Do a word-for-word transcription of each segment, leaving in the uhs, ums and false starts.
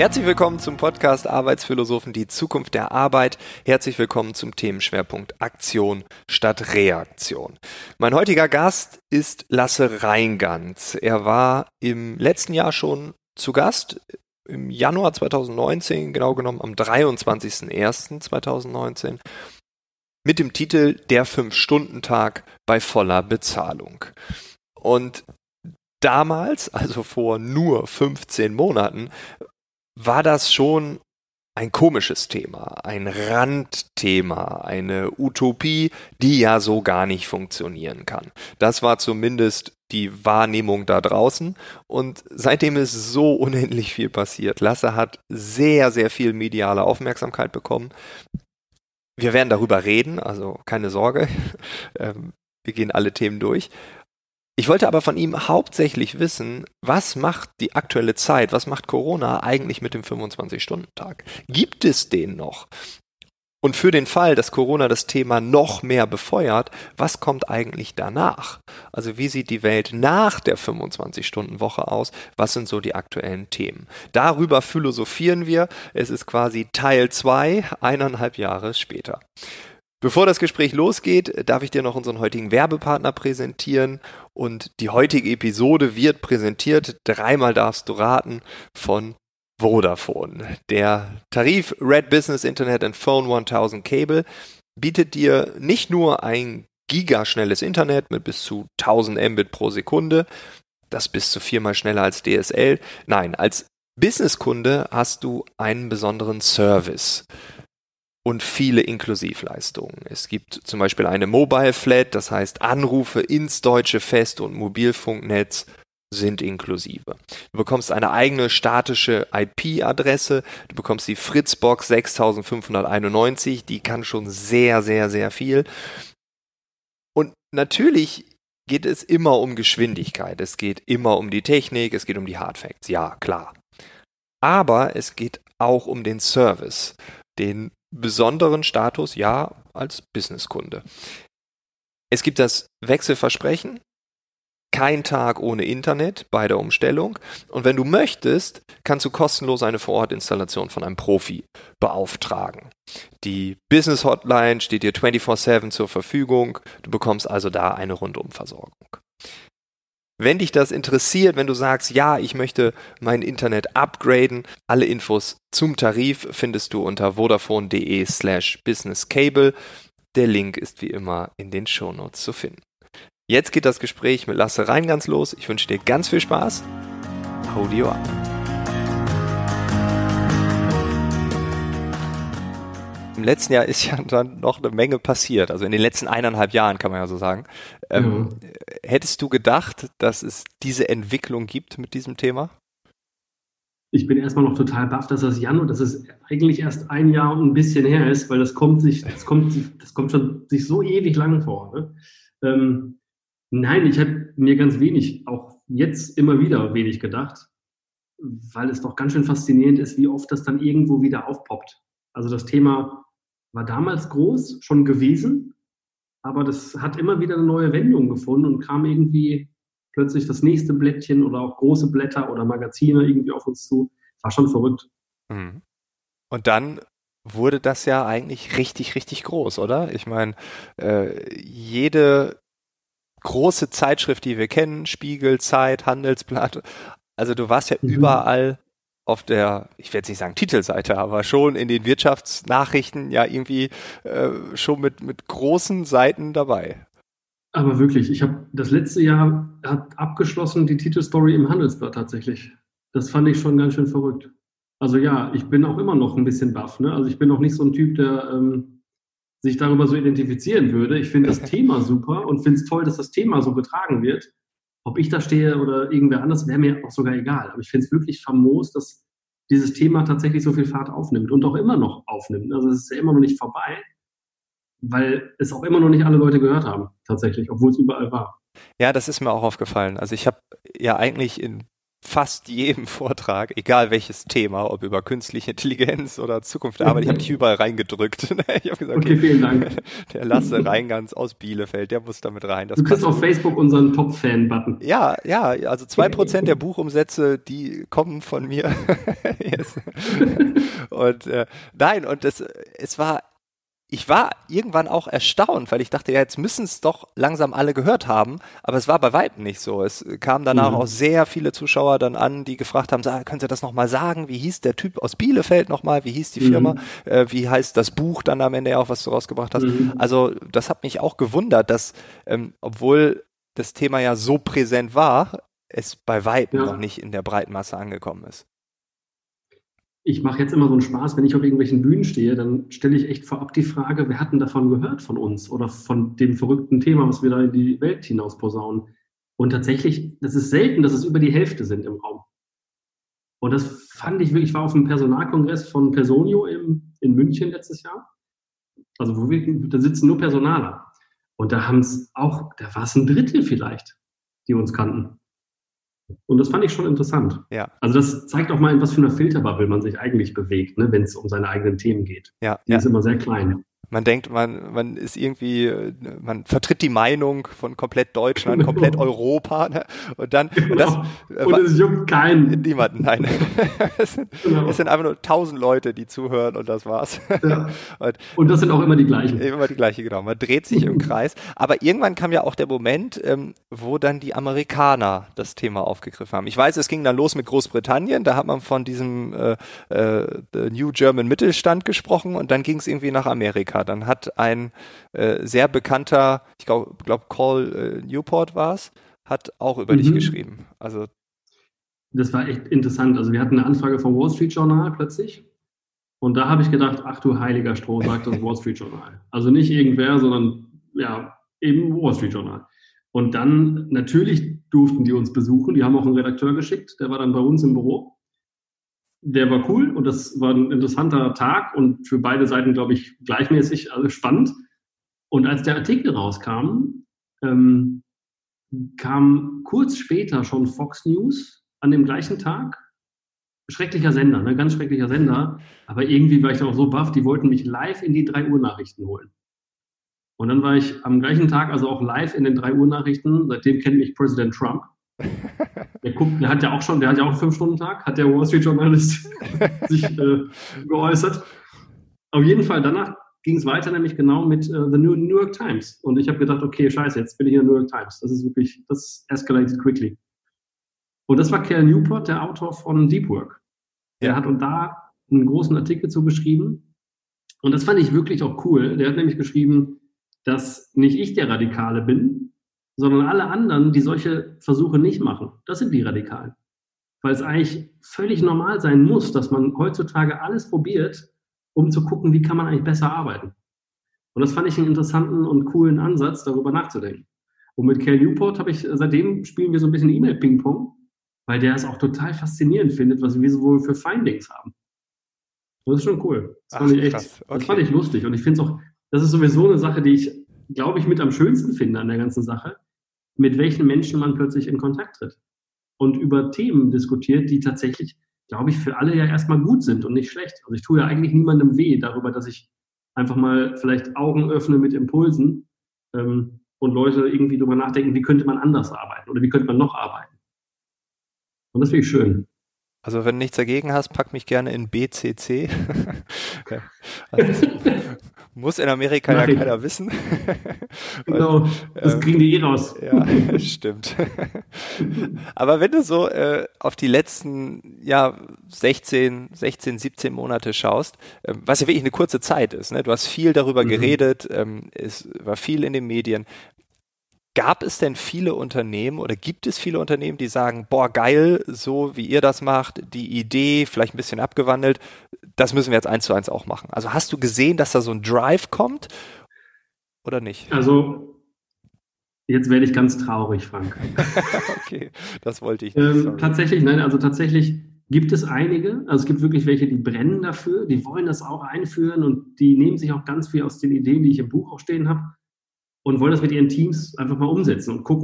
Herzlich willkommen zum Podcast Arbeitsphilosophen, die Zukunft der Arbeit. Herzlich willkommen zum Themenschwerpunkt Aktion statt Reaktion. Mein heutiger Gast ist Lasse Reingans. Er war im letzten Jahr schon zu Gast, im Januar zweitausendneunzehn, genau genommen am dreiundzwanzigsten ersten zweitausendneunzehn, mit dem Titel Der Fünf-Stunden-Tag bei voller Bezahlung. Und damals, also vor nur fünfzehn Monaten, war das schon ein komisches Thema, ein Randthema, eine Utopie, die ja so gar nicht funktionieren kann. Das war zumindest die Wahrnehmung da draußen und seitdem ist so unendlich viel passiert. Lasse hat sehr, sehr viel mediale Aufmerksamkeit bekommen. Wir werden darüber reden, also keine Sorge, wir gehen alle Themen durch. Ich wollte aber von ihm hauptsächlich wissen, was macht die aktuelle Zeit, was macht Corona eigentlich mit dem fünfundzwanzig-Stunden-Tag? Gibt es den noch? Und für den Fall, dass Corona das Thema noch mehr befeuert, was kommt eigentlich danach? Also wie sieht die Welt nach der fünfundzwanzig-Stunden-Woche aus? Was sind so die aktuellen Themen? Darüber philosophieren wir. Es ist quasi Teil zwei, eineinhalb Jahre später. Bevor das Gespräch losgeht, darf ich dir noch unseren heutigen Werbepartner präsentieren und die heutige Episode wird präsentiert, dreimal darfst du raten, von Vodafone. Der Tarif Red Business Internet and Phone tausend Cable bietet dir nicht nur ein gigaschnelles Internet mit bis zu tausend Mbit pro Sekunde, das bis zu viermal schneller als D S L, nein, als Businesskunde hast du einen besonderen Service und viele Inklusivleistungen. Es gibt zum Beispiel eine Mobile Flat, das heißt Anrufe ins deutsche Fest- und Mobilfunknetz sind inklusive. Du bekommst eine eigene statische I P-Adresse, du bekommst die Fritzbox sechstausendfünfhunderteinundneunzig, die kann schon sehr, sehr, sehr viel. Und natürlich geht es immer um Geschwindigkeit, es geht immer um die Technik, es geht um die Hardfacts, ja, klar. Aber es geht auch um den Service, den besonderen Status, ja, als Businesskunde. Es gibt das Wechselversprechen, kein Tag ohne Internet bei der Umstellung und wenn du möchtest, kannst du kostenlos eine Vorortinstallation von einem Profi beauftragen. Die Business Hotline steht dir vierundzwanzig sieben zur Verfügung, du bekommst also da eine Rundumversorgung. Wenn dich das interessiert, wenn du sagst, ja, ich möchte mein Internet upgraden, alle Infos zum Tarif findest du unter vodafone.de slash businesscable. Der Link ist wie immer in den Shownotes zu finden. Jetzt geht das Gespräch mit Lasse Reingans los. Ich wünsche dir ganz viel Spaß. Audio ab. Im letzten Jahr ist ja dann noch eine Menge passiert, also in den letzten eineinhalb Jahren kann man ja so sagen. Ähm, mhm. Hättest du gedacht, dass es diese Entwicklung gibt mit diesem Thema? Ich bin erstmal noch total baff, dass das Januar, dass es eigentlich erst ein Jahr und ein bisschen her ist, weil das kommt sich, das kommt, das kommt schon sich so ewig lang vor. Ne? Ähm, nein, ich habe mir ganz wenig, auch jetzt immer wieder wenig gedacht, weil es doch ganz schön faszinierend ist, wie oft das dann irgendwo wieder aufpoppt. Also das Thema war damals groß, schon gewesen, aber das hat immer wieder eine neue Wendung gefunden und kam irgendwie plötzlich das nächste Blättchen oder auch große Blätter oder Magazine irgendwie auf uns zu. War schon verrückt. Und dann wurde das ja eigentlich richtig, richtig groß, oder? Ich meine, äh, jede große Zeitschrift, die wir kennen, Spiegel, Zeit, Handelsblatt, also du warst ja mhm. überall auf der, ich werde jetzt nicht sagen Titelseite, aber schon in den Wirtschaftsnachrichten ja irgendwie äh, schon mit, mit großen Seiten dabei. Aber wirklich, ich habe das letzte Jahr hat abgeschlossen die Titelstory im Handelsblatt tatsächlich. Das fand ich schon ganz schön verrückt. Also ja, ich bin auch immer noch ein bisschen baff. Ne? Also ich bin auch nicht so ein Typ, der ähm, sich darüber so identifizieren würde. Ich finde das Thema super und finde es toll, dass das Thema so getragen wird. Ob ich da stehe oder irgendwer anders, wäre mir auch sogar egal. Aber ich finde es wirklich famos, dass dieses Thema tatsächlich so viel Fahrt aufnimmt und auch immer noch aufnimmt. Also es ist ja immer noch nicht vorbei, weil es auch immer noch nicht alle Leute gehört haben, tatsächlich, obwohl es überall war. Ja, das ist mir auch aufgefallen. Also ich habe ja eigentlich in fast jedem Vortrag, egal welches Thema, ob über künstliche Intelligenz oder Zukunft der Arbeit, ich habe dich überall reingedrückt. Ich habe gesagt, okay, okay, vielen Dank. Der Lasse Reingans aus Bielefeld, der muss damit rein. Das du kriegst passt auf Facebook unseren Top-Fan-Button. Ja, ja, also zwei Prozent der Buchumsätze, die kommen von mir. Yes. Und äh, nein, und das, es war, ich war irgendwann auch erstaunt, weil ich dachte, ja, jetzt müssen es doch langsam alle gehört haben, aber es war bei weitem nicht so. Es kamen danach mhm. auch sehr viele Zuschauer dann an, die gefragt haben, könnt ihr das nochmal sagen? Wie hieß der Typ aus Bielefeld nochmal? Wie hieß die Firma? Mhm. Äh, wie heißt das Buch dann am Ende auch, was du rausgebracht hast? Mhm. Also das hat mich auch gewundert, dass, ähm, obwohl das Thema ja so präsent war, es bei weitem ja. noch nicht in der breiten Masse angekommen ist. Ich mache jetzt immer so einen Spaß, wenn ich auf irgendwelchen Bühnen stehe, dann stelle ich echt vorab die Frage, wer hat denn davon gehört von uns oder von dem verrückten Thema, was wir da in die Welt hinaus posaunen. Und tatsächlich, das ist selten, dass es über die Hälfte sind im Raum. Und das fand ich wirklich, ich war auf einem Personalkongress von Personio im, in München letztes Jahr. Also wo wir, da sitzen nur Personaler. Und da haben es auch, da war es ein Drittel vielleicht, die uns kannten. Und das fand ich schon interessant. Ja. Also das zeigt auch mal, in was für einer Filterbubble man sich eigentlich bewegt, ne, wenn es um seine eigenen Themen geht. Ja, die ja. ist immer sehr klein. Man denkt, man, man ist irgendwie, man vertritt die Meinung von komplett Deutschland, genau. komplett Europa, ne? Und dann, genau. das, und es juckt keinen. Niemanden, nein. es, sind, genau. es sind einfach nur tausend Leute, die zuhören und das war's. Ja. Und, und das sind auch immer die gleichen. Immer die gleiche, genau. Man dreht sich im Kreis. Aber irgendwann kam ja auch der Moment, ähm, wo dann die Amerikaner das Thema aufgegriffen haben. Ich weiß, es ging dann los mit Großbritannien, da hat man von diesem äh, äh, New German Mittelstand gesprochen und dann ging es irgendwie nach Amerika. Dann hat ein äh, sehr bekannter, ich glaube, glaub Call äh, Newport war es, hat auch über mhm. dich geschrieben. Also das war echt interessant. Also wir hatten eine Anfrage vom Wall Street Journal plötzlich und da habe ich gedacht, ach du heiliger Stroh, sagt das Wall Street Journal. Also nicht irgendwer, sondern ja, eben Wall Street Journal. Und dann natürlich durften die uns besuchen. Die haben auch einen Redakteur geschickt, der war dann bei uns im Büro. Der war cool und das war ein interessanter Tag und für beide Seiten, glaube ich, gleichmäßig also spannend. Und als der Artikel rauskam, ähm, kam kurz später schon Fox News an dem gleichen Tag. Schrecklicher Sender, ne? Ganz schrecklicher Sender. Aber irgendwie war ich dann auch so baff, die wollten mich live in die drei Uhr Nachrichten holen. Und dann war ich am gleichen Tag also auch live in den drei Uhr Nachrichten. Seitdem kennt mich Präsident Trump. Der, guckt, der hat ja auch schon, der hat ja auch einen fünf-Stunden-Tag, hat der Wall Street Journalist sich äh, geäußert. Auf jeden Fall, danach ging es weiter, nämlich genau mit äh, The New, New York Times. Und ich habe gedacht, okay, scheiße, jetzt bin ich in der New York Times. Das ist wirklich, das escalated quickly. Und das war Cal Newport, der Autor von Deep Work. Der ja. hat und da einen großen Artikel zu geschrieben. Und das fand ich wirklich auch cool. Der hat nämlich geschrieben, dass nicht ich der Radikale bin, sondern alle anderen, die solche Versuche nicht machen. Das sind die Radikalen. Weil es eigentlich völlig normal sein muss, dass man heutzutage alles probiert, um zu gucken, wie kann man eigentlich besser arbeiten. Und das fand ich einen interessanten und coolen Ansatz, darüber nachzudenken. Und mit Cal Newport habe ich, seitdem spielen wir so ein bisschen E-Mail-Ping-Pong, weil der es auch total faszinierend findet, was wir so wohl für Findings haben. Das ist schon cool. Das fand Ach, ich echt, okay. das fand ich lustig. Und ich finde es auch, das ist sowieso eine Sache, die ich, glaube ich, mit am schönsten finde an der ganzen Sache, mit welchen Menschen man plötzlich in Kontakt tritt und über Themen diskutiert, die tatsächlich, glaube ich, für alle ja erstmal gut sind und nicht schlecht. Also ich tue ja eigentlich niemandem weh darüber, dass ich einfach mal vielleicht Augen öffne mit Impulsen ähm, und Leute irgendwie darüber nachdenken, wie könnte man anders arbeiten oder wie könnte man noch arbeiten. Und das finde ich schön. Also wenn du nichts dagegen hast, pack mich gerne in B C C. Also muss in Amerika Nein. ja keiner wissen. Genau, das kriegen die eh raus. Ja, stimmt. Aber wenn du so äh, auf die letzten ja, sechzehn, sechzehn, siebzehn Monate schaust, äh, was ja wirklich eine kurze Zeit ist, ne? Du hast viel darüber mhm. geredet, ähm, es war viel in den Medien. Gab es denn viele Unternehmen oder gibt es viele Unternehmen, die sagen, boah, geil, so wie ihr das macht, die Idee, vielleicht ein bisschen abgewandelt, das müssen wir jetzt eins zu eins auch machen. Also hast du gesehen, dass da so ein Drive kommt oder nicht? Also jetzt werde ich ganz traurig, Frank. Okay, das wollte ich nicht. Ähm, tatsächlich, nein, also tatsächlich gibt es einige, also es gibt wirklich welche, die brennen dafür, die wollen das auch einführen und die nehmen sich auch ganz viel aus den Ideen, die ich im Buch auch stehen habe, und wollen das mit ihren Teams einfach mal umsetzen und gucken.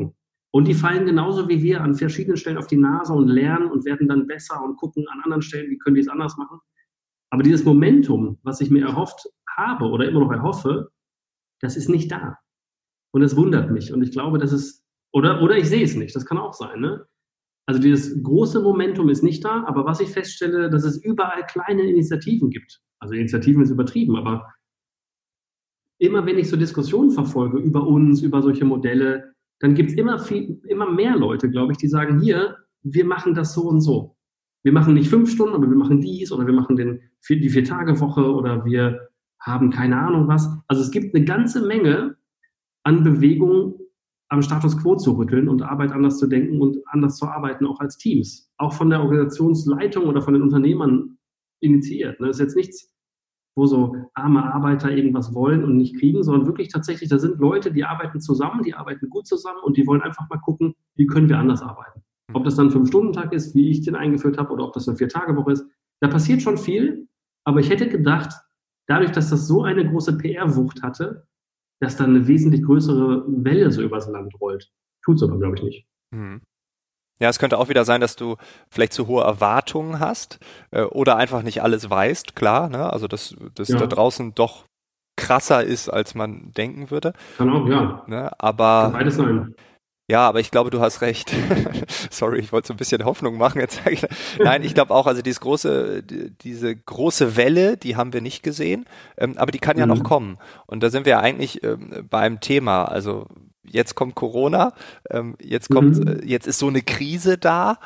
Und die fallen genauso wie wir an verschiedenen Stellen auf die Nase und lernen und werden dann besser und gucken an anderen Stellen, wie können die es anders machen. Aber dieses Momentum, was ich mir erhofft habe oder immer noch erhoffe, das ist nicht da. Und es wundert mich. Und ich glaube, das ist, oder, oder ich sehe es nicht, das kann auch sein, ne? Also dieses große Momentum ist nicht da, aber was ich feststelle, dass es überall kleine Initiativen gibt. Also Initiativen ist übertrieben, aber immer wenn ich so Diskussionen verfolge über uns, über solche Modelle, dann gibt es immer viel, immer mehr Leute, glaube ich, die sagen, hier, wir machen das so und so. Wir machen nicht fünf Stunden, aber wir machen dies oder wir machen den, die Vier-Tage-Woche oder wir haben keine Ahnung was. Also es gibt eine ganze Menge an Bewegungen, am Status quo zu rütteln und Arbeit anders zu denken und anders zu arbeiten, auch als Teams. Auch von der Organisationsleitung oder von den Unternehmern initiiert. Das ist jetzt nichts, wo so arme Arbeiter irgendwas wollen und nicht kriegen, sondern wirklich tatsächlich, da sind Leute, die arbeiten zusammen, die arbeiten gut zusammen und die wollen einfach mal gucken, wie können wir anders arbeiten. Ob das dann ein Fünf-Stunden-Tag ist, wie ich den eingeführt habe, oder ob das eine Vier-Tage-Woche ist. Da passiert schon viel, aber ich hätte gedacht, dadurch, dass das so eine große P R-Wucht hatte, dass dann eine wesentlich größere Welle so übers Land rollt. Tut's aber, glaube ich, nicht. Hm. Ja, es könnte auch wieder sein, dass du vielleicht zu hohe Erwartungen hast äh, oder einfach nicht alles weißt, klar, ne? Also dass das Ja. da draußen doch krasser ist, als man denken würde. Kann auch, ja. Ne? Aber Kann beides sein. ja, aber ich glaube, du hast recht. Sorry, ich wollte so ein bisschen Hoffnung machen. Jetzt sag ich, nein, ich glaube auch, also dieses große, die- diese große Welle, die haben wir nicht gesehen, ähm, aber die kann ja Mhm. noch kommen. Und da sind wir ja eigentlich ähm, beim Thema. Also jetzt kommt Corona, ähm, jetzt kommt, Mhm. äh, jetzt ist so eine Krise da.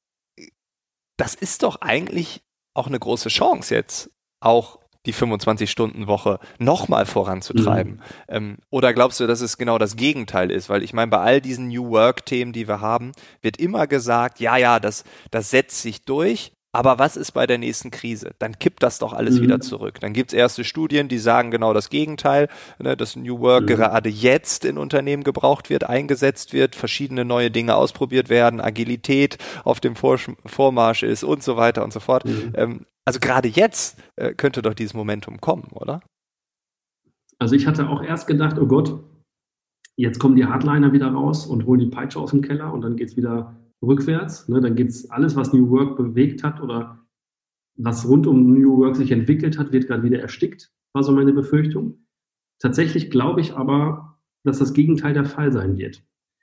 Das ist doch eigentlich auch eine große Chance jetzt, auch die fünfundzwanzig-Stunden-Woche nochmal voranzutreiben. Mhm. Ähm, oder glaubst du, dass es genau das Gegenteil ist? Weil ich meine, bei all diesen New Work-Themen, die wir haben, wird immer gesagt, ja, ja, das, das setzt sich durch. Aber was ist bei der nächsten Krise? Dann kippt das doch alles Mhm. wieder zurück. Dann gibt es erste Studien, die sagen genau das Gegenteil, ne, dass New Work Mhm. gerade jetzt in Unternehmen gebraucht wird, eingesetzt wird, verschiedene neue Dinge ausprobiert werden, Agilität auf dem Vorsch- Vormarsch ist und so weiter und so fort. Mhm. Ähm, also gerade jetzt äh, könnte doch dieses Momentum kommen, oder? Also ich hatte auch erst gedacht, oh Gott, jetzt kommen die Hardliner wieder raus und holen die Peitsche aus dem Keller und dann geht's wieder rückwärts. Ne? Dann geht's alles, was New Work bewegt hat oder was rund um New Work sich entwickelt hat, wird gerade wieder erstickt, war so meine Befürchtung. Tatsächlich glaube ich aber, dass das Gegenteil der Fall sein wird.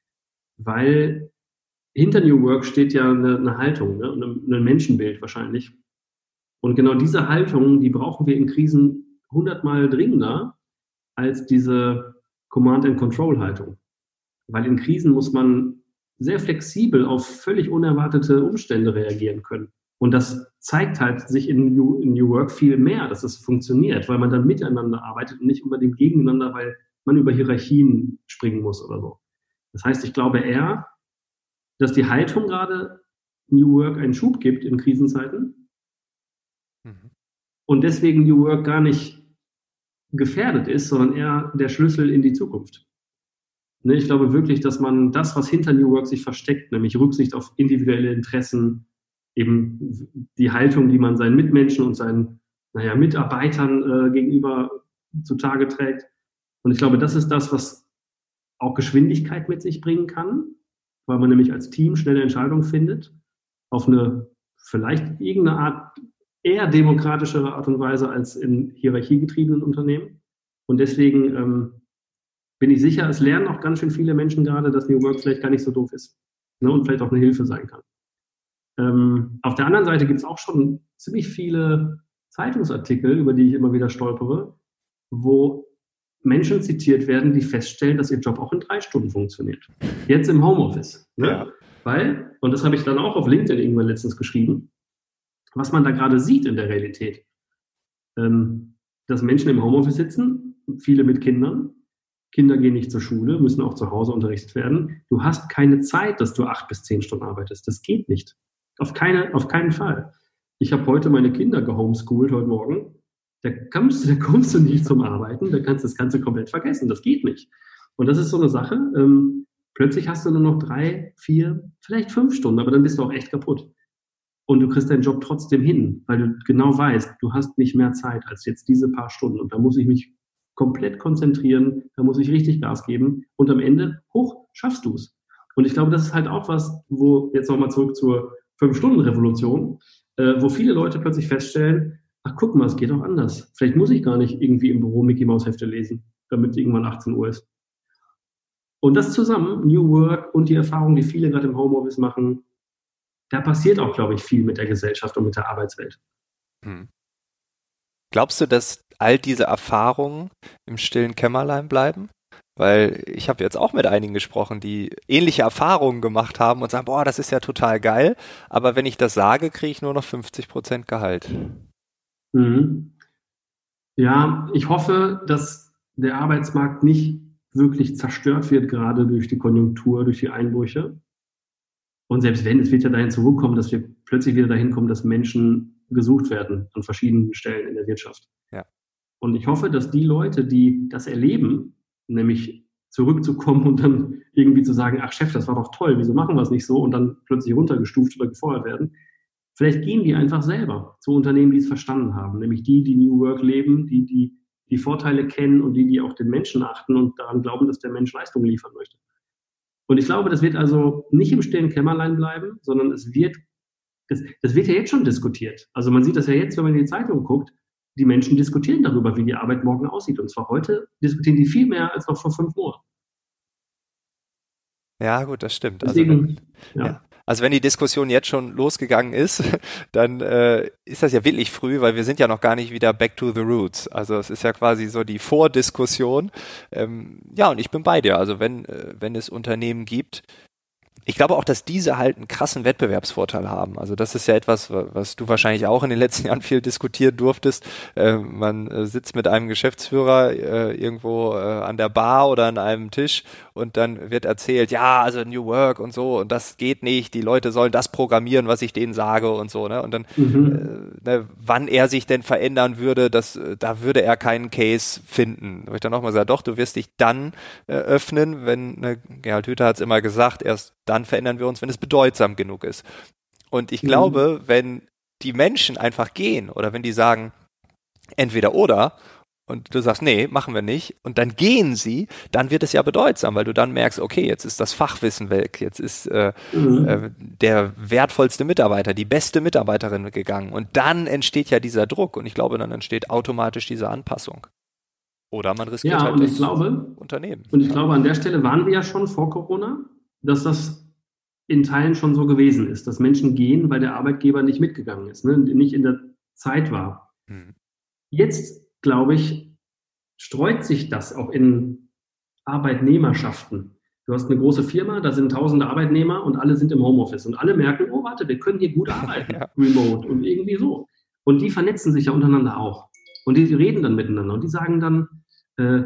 Weil hinter New Work steht ja eine, eine Haltung, ne? ein, ein Menschenbild wahrscheinlich. Und genau diese Haltung, die brauchen wir in Krisen hundertmal dringender als diese Command-and-Control-Haltung. Weil in Krisen muss man sehr flexibel auf völlig unerwartete Umstände reagieren können. Und das zeigt halt sich in New, in New Work viel mehr, dass es funktioniert, weil man dann miteinander arbeitet und nicht unbedingt gegeneinander, weil man über Hierarchien springen muss oder so. Das heißt, ich glaube eher, dass die Haltung gerade New Work einen Schub gibt in Krisenzeiten Mhm. und deswegen New Work gar nicht gefährdet ist, sondern eher der Schlüssel in die Zukunft. Ne, ich glaube wirklich, dass man das, was hinter New Work sich versteckt, nämlich Rücksicht auf individuelle Interessen, eben die Haltung, die man seinen Mitmenschen und seinen naja, Mitarbeitern äh, gegenüber zutage trägt. Und ich glaube, das ist das, was auch Geschwindigkeit mit sich bringen kann, weil man nämlich als Team schnelle Entscheidungen findet, auf eine vielleicht irgendeine Art eher demokratischere Art und Weise als in hierarchiegetriebenen Unternehmen. Und deswegen ähm, bin ich sicher, es lernen auch ganz schön viele Menschen gerade, dass New Work vielleicht gar nicht so doof ist, ne, und vielleicht auch eine Hilfe sein kann. Ähm, auf der anderen Seite gibt es auch schon ziemlich viele Zeitungsartikel, über die ich immer wieder stolpere, wo Menschen zitiert werden, die feststellen, dass ihr Job auch in drei Stunden funktioniert. Jetzt im Homeoffice. Ne? Ja. Weil, und das habe ich dann auch auf LinkedIn irgendwann letztens geschrieben, was man da gerade sieht in der Realität, ähm, dass Menschen im Homeoffice sitzen, viele mit Kindern, Kinder gehen nicht zur Schule, müssen auch zu Hause unterrichtet werden. Du hast keine Zeit, dass du acht bis zehn Stunden arbeitest. Das geht nicht. Auf, keine, auf keinen Fall. Ich habe heute meine Kinder gehomeschoolt, heute Morgen. Da kommst, da kommst du nicht zum Arbeiten, da kannst du das Ganze komplett vergessen. Das geht nicht. Und das ist so eine Sache. Ähm, plötzlich hast du nur noch drei, vier, vielleicht fünf Stunden, aber dann bist du auch echt kaputt. Und du kriegst deinen Job trotzdem hin, weil du genau weißt, du hast nicht mehr Zeit als jetzt diese paar Stunden. Und da muss ich mich komplett konzentrieren, da muss ich richtig Gas geben. Und am Ende, hoch, schaffst du es. Und ich glaube, das ist halt auch was, wo jetzt nochmal zurück zur Fünf-Stunden-Revolution, äh, wo viele Leute plötzlich feststellen, ach guck mal, es geht auch anders. Vielleicht muss ich gar nicht irgendwie im Büro Mickey Maus Hefte lesen, damit irgendwann achtzehn Uhr ist. Und das zusammen, New Work und die Erfahrung, die viele gerade im Homeoffice machen, da passiert auch, glaube ich, viel mit der Gesellschaft und mit der Arbeitswelt. Hm. Glaubst du, dass all diese Erfahrungen im stillen Kämmerlein bleiben? Weil ich habe jetzt auch mit einigen gesprochen, die ähnliche Erfahrungen gemacht haben und sagen, boah, das ist ja total geil, aber wenn ich das sage, kriege ich nur noch fünfzig Prozent Gehalt. Mhm. Ja, ich hoffe, dass der Arbeitsmarkt nicht wirklich zerstört wird, gerade durch die Konjunktur, durch die Einbrüche. Und selbst wenn, es wird ja dahin zurückkommen, dass wir plötzlich wieder dahin kommen, dass Menschen gesucht werden an verschiedenen Stellen in der Wirtschaft. Ja. Und ich hoffe, dass die Leute, die das erleben, nämlich zurückzukommen und dann irgendwie zu sagen, ach Chef, das war doch toll, wieso machen wir es nicht so? Und dann plötzlich runtergestuft oder gefeuert werden. Vielleicht gehen die einfach selber zu Unternehmen, die es verstanden haben, nämlich die, die New Work leben, die die, die Vorteile kennen und die, die auch den Menschen achten und daran glauben, dass der Mensch Leistung liefern möchte. Und ich glaube, das wird also nicht im stillen Kämmerlein bleiben, sondern es wird, das, das wird ja jetzt schon diskutiert. Also man sieht das ja jetzt, wenn man in die Zeitung guckt, die Menschen diskutieren darüber, wie die Arbeit morgen aussieht. Und zwar heute diskutieren die viel mehr als noch vor fünf Monaten. Ja, gut, das stimmt. Deswegen, also, wenn, ja. ja. also wenn die Diskussion jetzt schon losgegangen ist, dann äh, ist das ja wirklich früh, weil wir sind ja noch gar nicht wieder back to the roots. Also es ist ja quasi so die Vordiskussion. Ähm, ja, und ich bin bei dir. Also wenn, äh, wenn es Unternehmen gibt, ich glaube auch, dass diese halt einen krassen Wettbewerbsvorteil haben. Also das ist ja etwas, was du wahrscheinlich auch in den letzten Jahren viel diskutieren durftest. Äh, man äh, sitzt mit einem Geschäftsführer äh, irgendwo äh, an der Bar oder an einem Tisch und dann wird erzählt, ja, also New Work und so und das geht nicht. Die Leute sollen das programmieren, was ich denen sage und so. Ne? Und dann, Mhm. äh, ne, wann er sich denn verändern würde, das, da würde er keinen Case finden. Wo ich dann nochmal sage, doch, du wirst dich dann äh, öffnen, wenn, ne, Gerhard Hüther hat es immer gesagt, erst dann verändern wir uns, wenn es bedeutsam genug ist. Und ich Mhm. glaube, wenn die Menschen einfach gehen oder wenn die sagen, entweder oder, und du sagst, nee, machen wir nicht, und dann gehen sie, dann wird es ja bedeutsam, weil du dann merkst, okay, jetzt ist das Fachwissen weg, jetzt ist äh, Mhm. äh, der wertvollste Mitarbeiter, die beste Mitarbeiterin gegangen. Und dann entsteht ja dieser Druck und ich glaube, dann entsteht automatisch diese Anpassung. Oder man riskiert Ja, halt und das ich glaube, Unternehmen. und ich ja. glaube, an der Stelle waren wir ja schon vor Corona, dass das in Teilen schon so gewesen ist, dass Menschen gehen, weil der Arbeitgeber nicht mitgegangen ist, ne? Nicht in der Zeit war. Hm. Jetzt, glaube ich, streut sich das auch in Arbeitnehmerschaften. Du hast eine große Firma, da sind tausende Arbeitnehmer und alle sind im Homeoffice und alle merken, oh warte, wir können hier gut arbeiten, Ja. remote und irgendwie so. Und die vernetzen sich ja untereinander auch. Und die reden dann miteinander und die sagen dann, äh,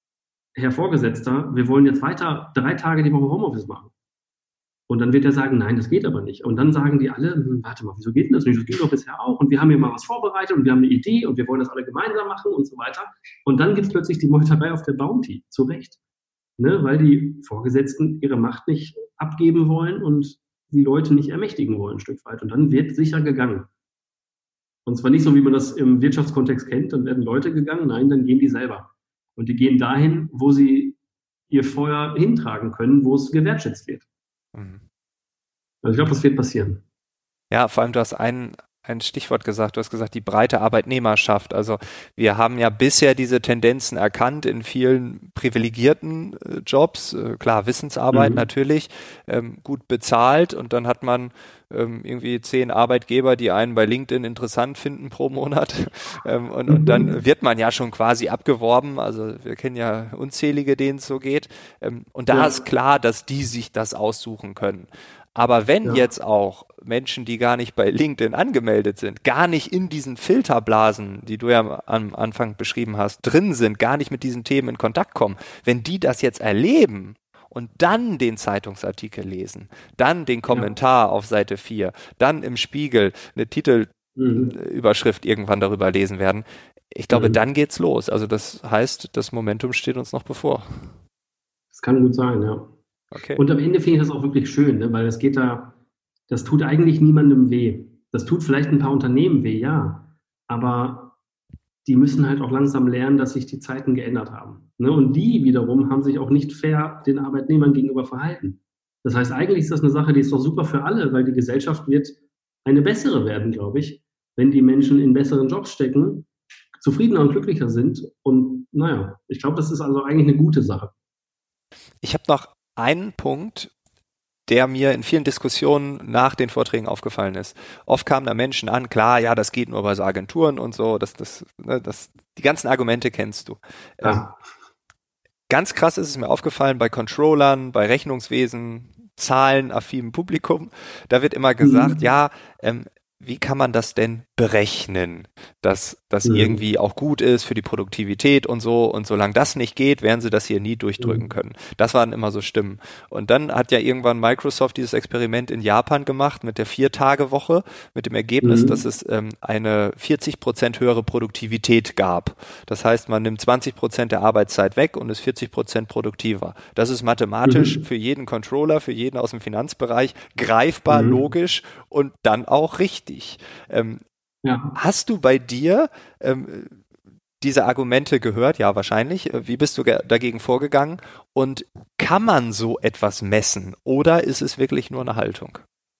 Herr Vorgesetzter, wir wollen jetzt weiter drei Tage die Woche Homeoffice machen. Und dann wird er sagen, nein, das geht aber nicht. Und dann sagen die alle, hm, warte mal, wieso geht denn das nicht? Das ging doch bisher auch. Und wir haben hier mal was vorbereitet und wir haben eine Idee und wir wollen das alle gemeinsam machen und so weiter. Und dann gibt es plötzlich die Meuterei auf der Bounty, zu Recht. Ne? Weil die Vorgesetzten ihre Macht nicht abgeben wollen und die Leute nicht ermächtigen wollen, ein Stück weit. Und dann wird sicher gegangen. Und zwar nicht so, wie man das im Wirtschaftskontext kennt, dann werden Leute gegangen, nein, dann gehen die selber. Und die gehen dahin, wo sie ihr Feuer hintragen können, wo es gewertschätzt wird. Mhm. Also ich glaube, das wird passieren. Ja, vor allem du hast ein, ein Stichwort gesagt, du hast gesagt, die breite Arbeitnehmerschaft. Also wir haben ja bisher diese Tendenzen erkannt in vielen privilegierten äh, Jobs, äh, klar Wissensarbeit Mhm. natürlich, ähm, gut bezahlt und dann hat man ähm, irgendwie zehn Arbeitgeber, die einen bei LinkedIn interessant finden pro Monat ähm, und, und dann wird man ja schon quasi abgeworben, also wir kennen ja unzählige, denen es so geht ähm, und da Ja. ist klar, dass die sich das aussuchen können. Aber wenn Ja. jetzt auch Menschen, die gar nicht bei LinkedIn angemeldet sind, gar nicht in diesen Filterblasen, die du ja am Anfang beschrieben hast, drin sind, gar nicht mit diesen Themen in Kontakt kommen, wenn die das jetzt erleben und dann den Zeitungsartikel lesen, dann den Kommentar ja. auf Seite vier, dann im Spiegel eine Titelüberschrift mhm. irgendwann darüber lesen werden, ich glaube, mhm. dann geht's los. Also das heißt, das Momentum steht uns noch bevor. Das kann gut sein, ja. Okay. Und am Ende finde ich das auch wirklich schön, ne? Weil es geht da, das tut eigentlich niemandem weh. Das tut vielleicht ein paar Unternehmen weh, ja. Aber die müssen halt auch langsam lernen, dass sich die Zeiten geändert haben. Ne? Und die wiederum haben sich auch nicht fair den Arbeitnehmern gegenüber verhalten. Das heißt, eigentlich ist das eine Sache, die ist doch super für alle, weil die Gesellschaft wird eine bessere werden, glaube ich, wenn die Menschen in besseren Jobs stecken, zufriedener und glücklicher sind. Und naja, ich glaube, das ist also eigentlich eine gute Sache. Ich habe noch einen Punkt, der mir in vielen Diskussionen nach den Vorträgen aufgefallen ist. Oft kamen da Menschen an, klar, ja, das geht nur bei so Agenturen und so, das, das, ne, das, die ganzen Argumente kennst du. Ah. Ähm, ganz krass ist es mir aufgefallen bei Controllern, bei Rechnungswesen, zahlenaffinem Publikum, da wird immer gesagt, mhm. ja, ähm, wie kann man das denn berechnen, dass das mhm. irgendwie auch gut ist für die Produktivität und so, und solange das nicht geht, werden sie das hier nie durchdrücken mhm. können. Das waren immer so Stimmen. Und dann hat ja irgendwann Microsoft dieses Experiment in Japan gemacht mit der Vier-Tage-Woche, mit dem Ergebnis, mhm. dass es ähm, eine vierzig Prozent höhere Produktivität gab. Das heißt, man nimmt zwanzig Prozent der Arbeitszeit weg und ist vierzig Prozent produktiver. Das ist mathematisch mhm. für jeden Controller, für jeden aus dem Finanzbereich greifbar, mhm. logisch und dann auch richtig. Ähm, ja. Hast du bei dir ähm, diese Argumente gehört? Ja, wahrscheinlich. Wie bist du ge- dagegen vorgegangen? Und kann man so etwas messen? Oder ist es wirklich nur eine Haltung?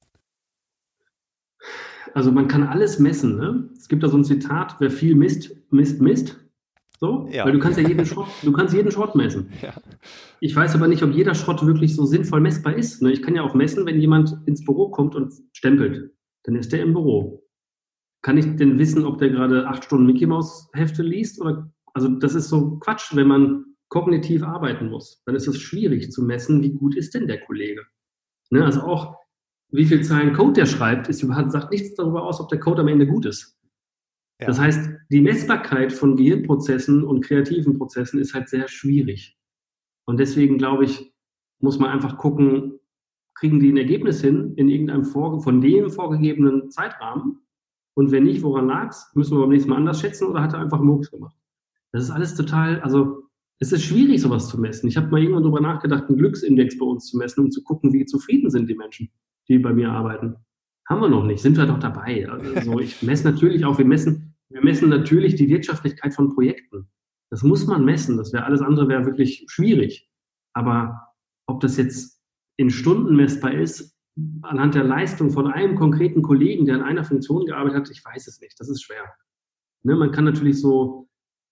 Also man kann alles messen. Ne? Es gibt da so ein Zitat, wer viel misst, misst, misst. So? Ja. Weil du kannst ja jeden Schrott, du kannst jeden Schrott messen. Ja. Ich weiß aber nicht, ob jeder Schrott wirklich so sinnvoll messbar ist. Ne? Ich kann ja auch messen, wenn jemand ins Büro kommt und stempelt. Dann ist der im Büro. Kann ich denn wissen, ob der gerade acht Stunden Mickey Maus Hefte liest? Oder, also das ist so Quatsch, wenn man kognitiv arbeiten muss. Dann ist es schwierig zu messen, wie gut ist denn der Kollege. Ne? Also auch, wie viel Zeilen Code der schreibt, ist überhaupt, sagt nichts darüber aus, ob der Code am Ende gut ist. Ja. Das heißt, die Messbarkeit von Gehirnprozessen und kreativen Prozessen ist halt sehr schwierig. Und deswegen, glaube ich, muss man einfach gucken, kriegen die ein Ergebnis hin in irgendeinem vor, von dem vorgegebenen Zeitrahmen? Und wenn nicht, woran lag's? Müssen wir beim nächsten Mal anders schätzen oder hat er einfach Murks gemacht? Das ist alles total, also es ist schwierig, sowas zu messen. Ich habe mal irgendwann darüber nachgedacht, einen Glücksindex bei uns zu messen, um zu gucken, wie zufrieden sind die Menschen, die bei mir arbeiten. Haben wir noch nicht, sind wir doch dabei. Also ich messe natürlich auch, wir messen, wir messen natürlich die Wirtschaftlichkeit von Projekten. Das muss man messen, das wäre alles andere wäre wirklich schwierig. Aber ob das jetzt in Stunden messbar ist, anhand der Leistung von einem konkreten Kollegen, der in einer Funktion gearbeitet hat, ich weiß es nicht, das ist schwer. Ne, man kann natürlich so,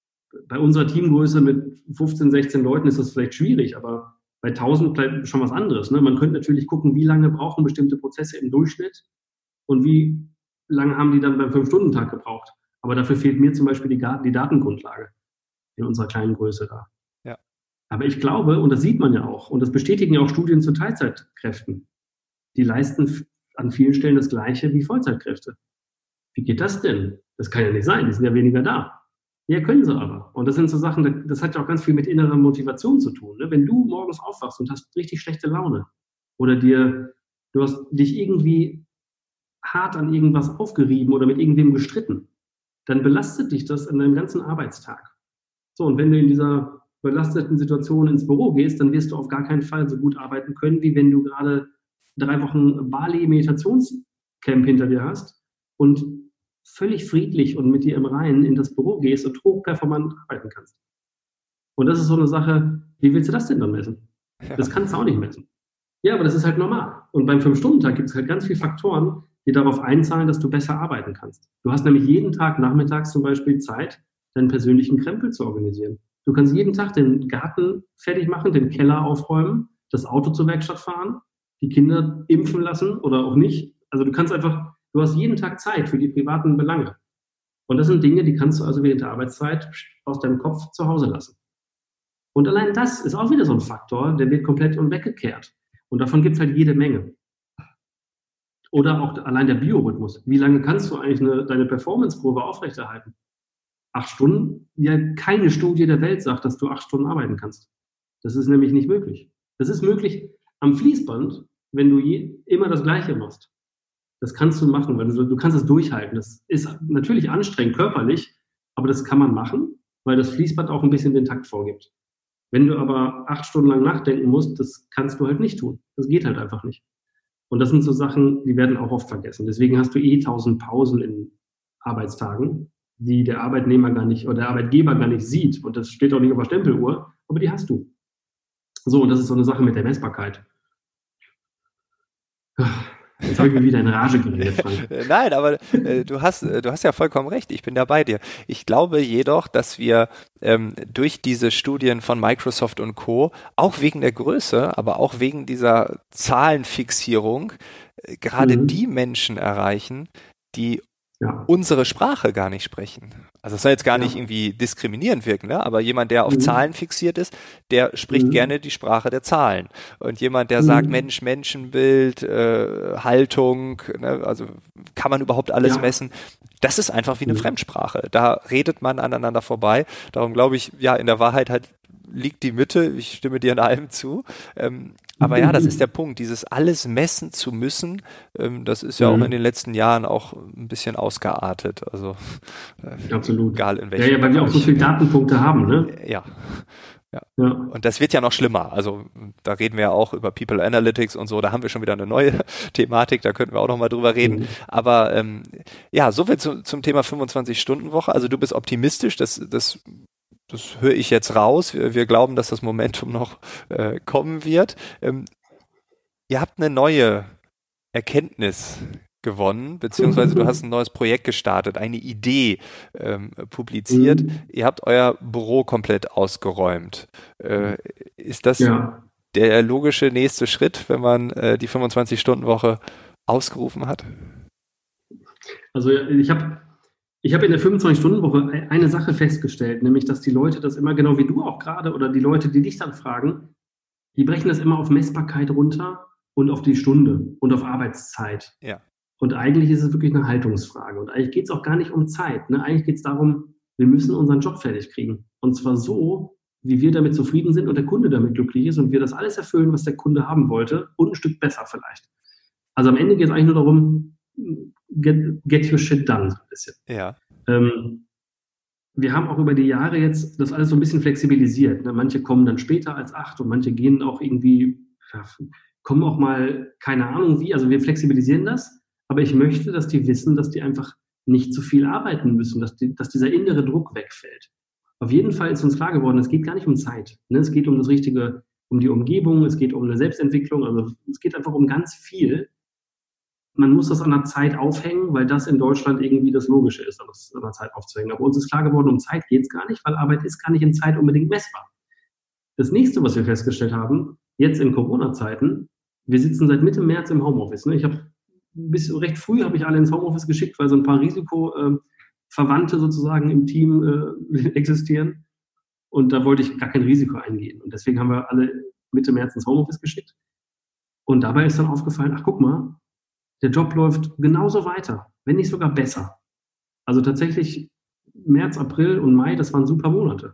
bei unserer Teamgröße mit fünfzehn, sechzehn Leuten ist das vielleicht schwierig, aber bei tausend bleibt schon was anderes. Ne? Man könnte natürlich gucken, wie lange brauchen bestimmte Prozesse im Durchschnitt und wie lange haben die dann beim fünf-Stunden-Tag gebraucht. Aber dafür fehlt mir zum Beispiel die, die Datengrundlage in unserer kleinen Größe da. Ja. Aber ich glaube, und das sieht man ja auch, und das bestätigen ja auch Studien zu Teilzeitkräften, die leisten an vielen Stellen das Gleiche wie Vollzeitkräfte. Wie geht das denn? Das kann ja nicht sein, die sind ja weniger da. Ja, können sie aber. Und das sind so Sachen, das hat ja auch ganz viel mit innerer Motivation zu tun. Ne? Wenn du morgens aufwachst und hast richtig schlechte Laune oder dir, du hast dich irgendwie hart an irgendwas aufgerieben oder mit irgendwem gestritten, dann belastet dich das in deinem ganzen Arbeitstag. So, und wenn du in dieser belasteten Situation ins Büro gehst, dann wirst du auf gar keinen Fall so gut arbeiten können, wie wenn du gerade drei Wochen Bali-Meditationscamp hinter dir hast und völlig friedlich und mit dir im Reinen in das Büro gehst und hochperformant arbeiten kannst. Und das ist so eine Sache, wie willst du das denn dann messen? Ja. Das kannst du auch nicht messen. Ja, aber das ist halt normal. Und beim fünf-Stunden-Tag gibt es halt ganz viele Faktoren, die darauf einzahlen, dass du besser arbeiten kannst. Du hast nämlich jeden Tag nachmittags zum Beispiel Zeit, deinen persönlichen Krempel zu organisieren. Du kannst jeden Tag den Garten fertig machen, den Keller aufräumen, das Auto zur Werkstatt fahren, die Kinder impfen lassen oder auch nicht. Also du kannst einfach, du hast jeden Tag Zeit für die privaten Belange. Und das sind Dinge, die kannst du also während der Arbeitszeit aus deinem Kopf zu Hause lassen. Und allein das ist auch wieder so ein Faktor, der wird komplett weggekehrt. Und davon gibt es halt jede Menge. Oder auch allein der Biorhythmus. Wie lange kannst du eigentlich eine, deine Performance-Kurve aufrechterhalten? Acht Stunden? Ja, keine Studie der Welt sagt, dass du acht Stunden arbeiten kannst. Das ist nämlich nicht möglich. Das ist möglich am Fließband, wenn du je, immer das Gleiche machst. Das kannst du machen, weil du, du kannst es durchhalten. Das ist natürlich anstrengend körperlich, aber das kann man machen, weil das Fließband auch ein bisschen den Takt vorgibt. Wenn du aber acht Stunden lang nachdenken musst, das kannst du halt nicht tun. Das geht halt einfach nicht. Und das sind so Sachen, die werden auch oft vergessen. Deswegen hast du eh tausend Pausen in Arbeitstagen, die der Arbeitnehmer gar nicht oder der Arbeitgeber gar nicht sieht. Und das steht auch nicht auf der Stempeluhr, aber die hast du. So, und das ist so eine Sache mit der Messbarkeit. Jetzt habe ich mir wieder in Rage geredet, Frank. Nein, aber äh, du hast, äh, du hast ja vollkommen recht. Ich bin da bei dir. Ich glaube jedoch, dass wir ähm, durch diese Studien von Microsoft und Co. auch wegen der Größe, aber auch wegen dieser Zahlenfixierung äh, gerade Mhm. die Menschen erreichen, die Ja. unsere Sprache gar nicht sprechen. Also es soll jetzt gar Ja. nicht irgendwie diskriminierend wirken, ne? Aber jemand, der auf Mhm. Zahlen fixiert ist, der spricht Mhm. gerne die Sprache der Zahlen. Und jemand, der Mhm. sagt Mensch, Menschenbild, äh, Haltung, ne? Also kann man überhaupt alles Ja. messen? Das ist einfach wie eine Mhm. Fremdsprache. Da redet man aneinander vorbei. Darum glaube ich, ja, in der Wahrheit halt liegt die Mitte. Ich stimme dir in allem zu. Ähm, aber ja, das ist der Punkt. Dieses alles messen zu müssen, ähm, das ist ja Mhm. auch in den letzten Jahren auch ein bisschen ausgeartet. Also äh, Absolut. egal in Ja, welchem ja, weil wir auch so Bereich. viele Datenpunkte haben, ne? Ja. Ja. Ja. Und das wird ja noch schlimmer. Also da reden wir ja auch über People Analytics und so. Da haben wir schon wieder eine neue Thematik. Da könnten wir auch noch mal drüber reden. Mhm. Aber ähm, ja, soviel zu, zum Thema fünfundzwanzig-Stunden-Woche. Also du bist optimistisch. Das, das, das höre ich jetzt raus. Wir, wir glauben, dass das Momentum noch äh, kommen wird. Ähm, ihr habt eine neue Erkenntnis gewonnen, beziehungsweise du hast ein neues Projekt gestartet, eine Idee ähm, publiziert. Mhm. Ihr habt euer Büro komplett ausgeräumt. Äh, ist das Ja. der logische nächste Schritt, wenn man äh, die fünfundzwanzig-Stunden-Woche ausgerufen hat? Also ich habe ich hab in der fünfundzwanzig-Stunden-Woche eine Sache festgestellt, nämlich, dass die Leute das immer, genau wie du auch gerade, oder die Leute, die dich dann fragen, die brechen das immer auf Messbarkeit runter und auf die Stunde und auf Arbeitszeit. Ja. Und eigentlich ist es wirklich eine Haltungsfrage. Und eigentlich geht es auch gar nicht um Zeit. Ne? Eigentlich geht es darum, wir müssen unseren Job fertig kriegen. Und zwar so, wie wir damit zufrieden sind und der Kunde damit glücklich ist und wir das alles erfüllen, was der Kunde haben wollte und ein Stück besser vielleicht. Also am Ende geht es eigentlich nur darum, get, get your shit done, so ein bisschen. Ja. Ähm, wir haben auch über die Jahre jetzt das alles so ein bisschen flexibilisiert. Ne? Manche kommen dann später als acht und manche gehen auch irgendwie, ja, kommen auch mal, keine Ahnung wie. Also wir flexibilisieren das. Aber ich möchte, dass die wissen, dass die einfach nicht zu viel arbeiten müssen, dass, die, dass dieser innere Druck wegfällt. Auf jeden Fall ist uns klar geworden, es geht gar nicht um Zeit. Ne? Es geht um das Richtige, um die Umgebung, es geht um eine Selbstentwicklung, also es geht einfach um ganz viel. Man muss das an der Zeit aufhängen, weil das in Deutschland irgendwie das Logische ist, das an der Zeit aufzuhängen. Aber uns ist klar geworden, um Zeit geht es gar nicht, weil Arbeit ist gar nicht in Zeit unbedingt messbar. Das nächste, was wir festgestellt haben, jetzt in Corona-Zeiten, wir sitzen seit Mitte März im Homeoffice. Ne? Ich habe bis recht früh habe ich alle ins Homeoffice geschickt, weil so ein paar Risikoverwandte äh, sozusagen im Team äh, existieren. Und da wollte ich gar kein Risiko eingehen. Und deswegen haben wir alle Mitte März ins Homeoffice geschickt. Und dabei ist dann aufgefallen, ach guck mal, der Job läuft genauso weiter, wenn nicht sogar besser. Also tatsächlich März, April und Mai, das waren super Monate.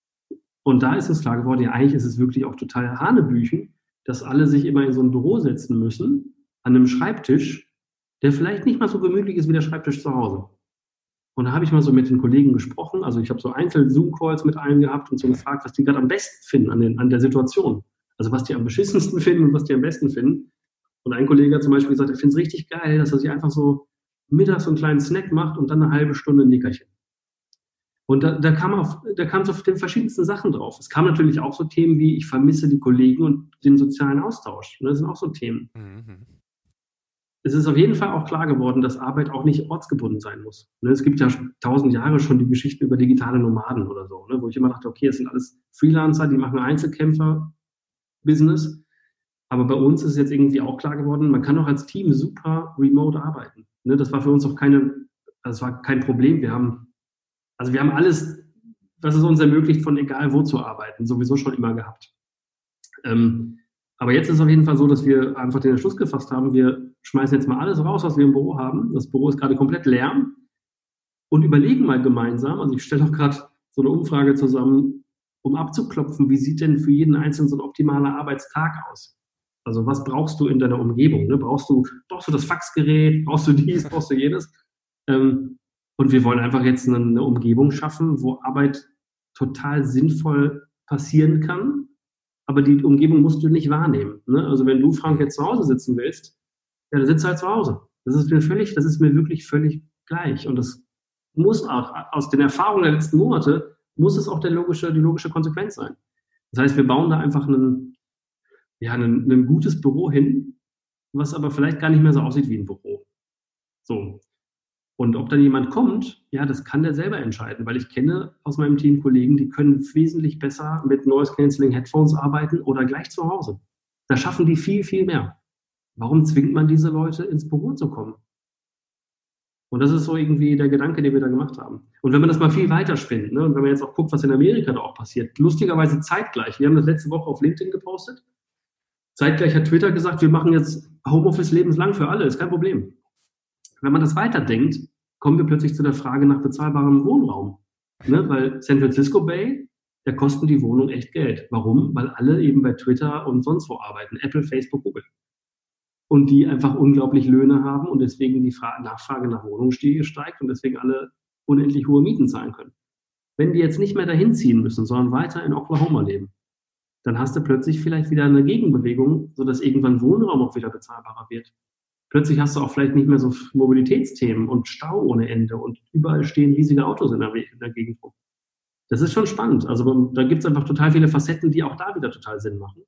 Und da ist uns klar geworden, ja eigentlich ist es wirklich auch total Hanebüchen, dass alle sich immer in so ein Büro setzen müssen, an einem Schreibtisch, der vielleicht nicht mal so gemütlich ist wie der Schreibtisch zu Hause. Und da habe ich mal so mit den Kollegen gesprochen, also ich habe so einzelne Zoom-Calls mit allen gehabt und so gefragt, was die gerade am besten finden an, den, an der Situation. Also was die am beschissensten finden und was die am besten finden. Und ein Kollege hat zum Beispiel gesagt, er findet es richtig geil, dass er sich einfach so mittags so einen kleinen Snack macht und dann eine halbe Stunde ein Nickerchen. Und da, da kam auf, da kam es auf den verschiedensten Sachen drauf. Es kamen natürlich auch so Themen wie, ich vermisse die Kollegen und den sozialen Austausch. Das sind auch so Themen. Mhm. Es ist auf jeden Fall auch klar geworden, dass Arbeit auch nicht ortsgebunden sein muss. Es gibt ja tausend Jahre schon die Geschichten über digitale Nomaden oder so, wo ich immer dachte, okay, es sind alles Freelancer, die machen Einzelkämpfer-Business. Aber bei uns ist jetzt irgendwie auch klar geworden, man kann auch als Team super remote arbeiten. Das war für uns auch keine, das war kein Problem. Wir haben, also wir haben alles, was es uns ermöglicht, von egal wo zu arbeiten, sowieso schon immer gehabt. Ähm, aber jetzt ist es auf jeden Fall so, dass wir einfach den Entschluss gefasst haben, wir schmeißen jetzt mal alles raus, was wir im Büro haben. Das Büro ist gerade komplett leer und überlegen mal gemeinsam, also ich stelle auch gerade so eine Umfrage zusammen, um abzuklopfen, wie sieht denn für jeden Einzelnen so ein optimaler Arbeitstag aus? Also was brauchst du in deiner Umgebung? Ne? Brauchst du, brauchst du das Faxgerät? Brauchst du dies? Brauchst du jenes? Ähm, und wir wollen einfach jetzt eine, eine Umgebung schaffen, wo Arbeit total sinnvoll passieren kann, aber die Umgebung musst du nicht wahrnehmen. Ne? Also wenn du, Frank, jetzt zu Hause sitzen willst, ja, dann sitzt halt zu Hause. Das ist mir völlig, das ist mir wirklich völlig gleich. Und das muss auch, aus den Erfahrungen der letzten Monate, muss es auch der logische, die logische Konsequenz sein. Das heißt, wir bauen da einfach einen, ja, ein, ein gutes Büro hin, was aber vielleicht gar nicht mehr so aussieht wie ein Büro. So. Und ob dann jemand kommt, ja, das kann der selber entscheiden, weil ich kenne aus meinem Team Kollegen, die können wesentlich besser mit Noise-Canceling-Headphones arbeiten oder gleich zu Hause. Da schaffen die viel, viel mehr. Warum zwingt man diese Leute, ins Büro zu kommen? Und das ist so irgendwie der Gedanke, den wir da gemacht haben. Und wenn man das mal viel weiter spinnt, ne, und wenn man jetzt auch guckt, was in Amerika da auch passiert, lustigerweise zeitgleich, wir haben das letzte Woche auf LinkedIn gepostet, zeitgleich hat Twitter gesagt, wir machen jetzt Homeoffice lebenslang für alle, ist kein Problem. Wenn man das weiterdenkt, kommen wir plötzlich zu der Frage nach bezahlbarem Wohnraum. Ne, weil San Francisco Bay, da kosten die Wohnungen echt Geld. Warum? Weil alle eben bei Twitter und sonst wo arbeiten, Apple, Facebook, Google. Und die einfach unglaublich Löhne haben und deswegen die Fra- Nachfrage nach Wohnungen steigt und deswegen alle unendlich hohe Mieten zahlen können. Wenn die jetzt nicht mehr dahin ziehen müssen, sondern weiter in Oklahoma leben, dann hast du plötzlich vielleicht wieder eine Gegenbewegung, sodass irgendwann Wohnraum auch wieder bezahlbarer wird. Plötzlich hast du auch vielleicht nicht mehr so Mobilitätsthemen und Stau ohne Ende und überall stehen riesige Autos in der, in der Gegend rum. Das ist schon spannend. Also da gibt es einfach total viele Facetten, die auch da wieder total Sinn machen.